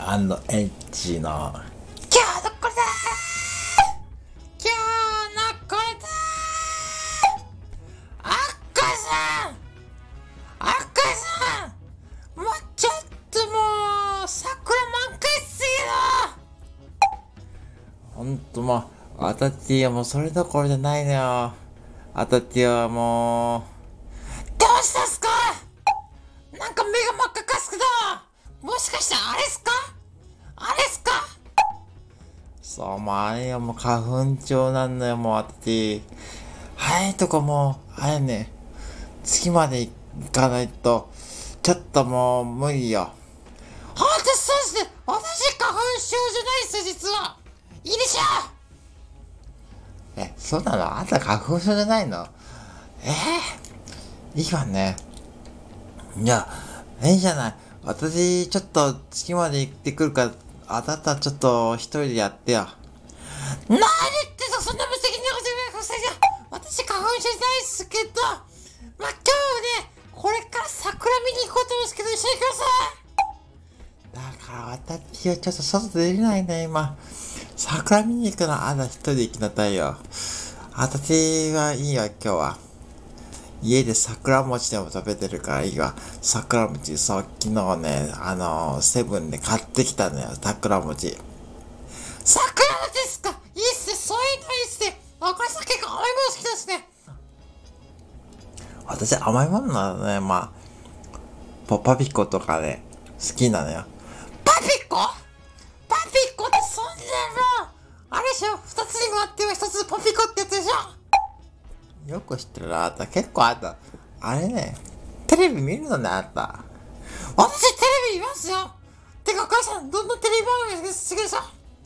A&H の今日のこれだ今日のこれだあっこさんあっこさんもうちょっともう桜満開すぎるほんともう私はもうそれどころじゃないのよ。私はもうどうしたんすか？なんか目が真っ赤かすけどもしかしてあれっすか？あれっすか？そう、もうあれよ、もう花粉症なんだよ、もう私。早いとこもう、あれね、月まで行かないと、ちょっともう無理よ。ほんとそうですね。私花粉症じゃないっすよ、実は。いいでしょそうなの？あんた花粉症じゃないの？いいわね。いや、いいじゃない。私、ちょっと月まで行ってくるから、あなたちょっと一人でやってよ。何言ってさ、そんな無責任なこと言わないでくださいよ。私花粉症じゃないっすけど、まあ、今日ね、これから桜見に行こうと思うんですけど、一緒に行ってください。だから私はちょっと外出れないね、今。桜見に行くのはあんた一人で行きなさいよ。私はいいよ、今日は。家で桜餅でも食べてるからいいわ。桜餅、そう、昨日ね、セブンで買ってきたのよ、桜餅。桜餅ですか？いいっすね、そういうのいいっすね。これさ、結構甘いもの好きですね。私甘いものなのね、まあ、パピコとかね、好きなのよ。パピコってそんなの、あれでしょ？二つにもあっては一つパピコってやつでしょ？よく知ってるな、あんた。結構あんた、あれね、テレビ見るのね、あんた。私テレビ見ますよ。てか、お母さん、どんなテレビ番組好きでしょ？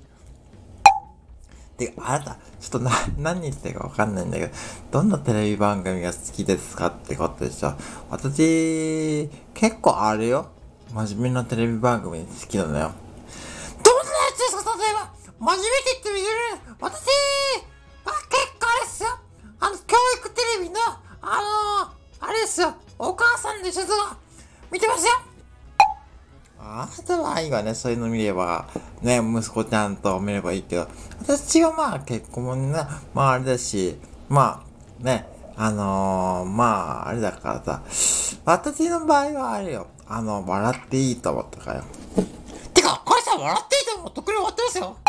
てか、あなた、ちょっと何言ってるかわかんないんだけど、どんなテレビ番組が好きですかってことでしょ。私、結構あれよ。真面目なテレビ番組好きなのよ。どんなやつですか？例えば、真面目って言ってもいろいろ、私は結構あれっすよ。教育テレビの、あれっすよ。お母さんでちょっと、見てますよ。あなたはいいわね、そういうの見れば、ね、息子ちゃんと見ればいいけど、私はまあ結婚ね、まああれだし、まあね、まああれだからさ、私の場合はあれよ、笑っていいと思ったからよ。てか、これさ、笑っていいと思うとっくに終わってますよ。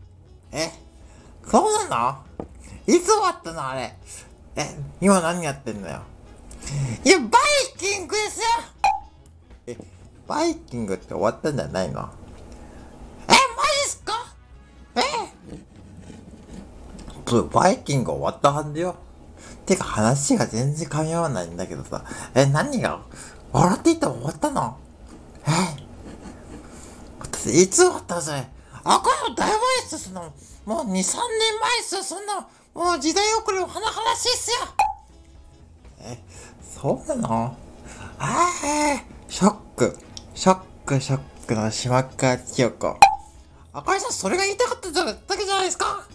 そうなの？いつ終わったのあれ。今何やってんのよ。いや、バイキングですよ。バイキングって終わったんじゃないの？マジっすか？バイキング終わったはずよ。てか話が全然噛み合わないんだけどさ。何が笑っていたら終わったの？いつ終わったのそれ。これもだいぶ前っすよ、そんな。もう2、3年前っすよ、そんな。もう時代遅れの話っすよ。そうなの？ショックの島川千代子。赤井さん、それが言いたかっただけじゃないですか？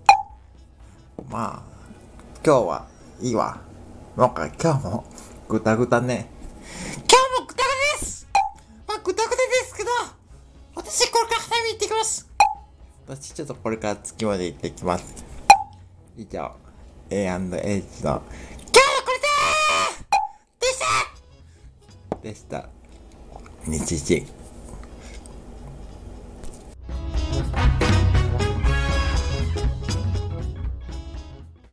まあ、今日はいいわ。なんか今日もぐたぐたね。今日もぐたぐたです。まあ、ぐたぐたですけど、私これから花見行ってきます。私ちょっとこれから月まで行ってきます。以上、A&H の今日のこれだーでした日時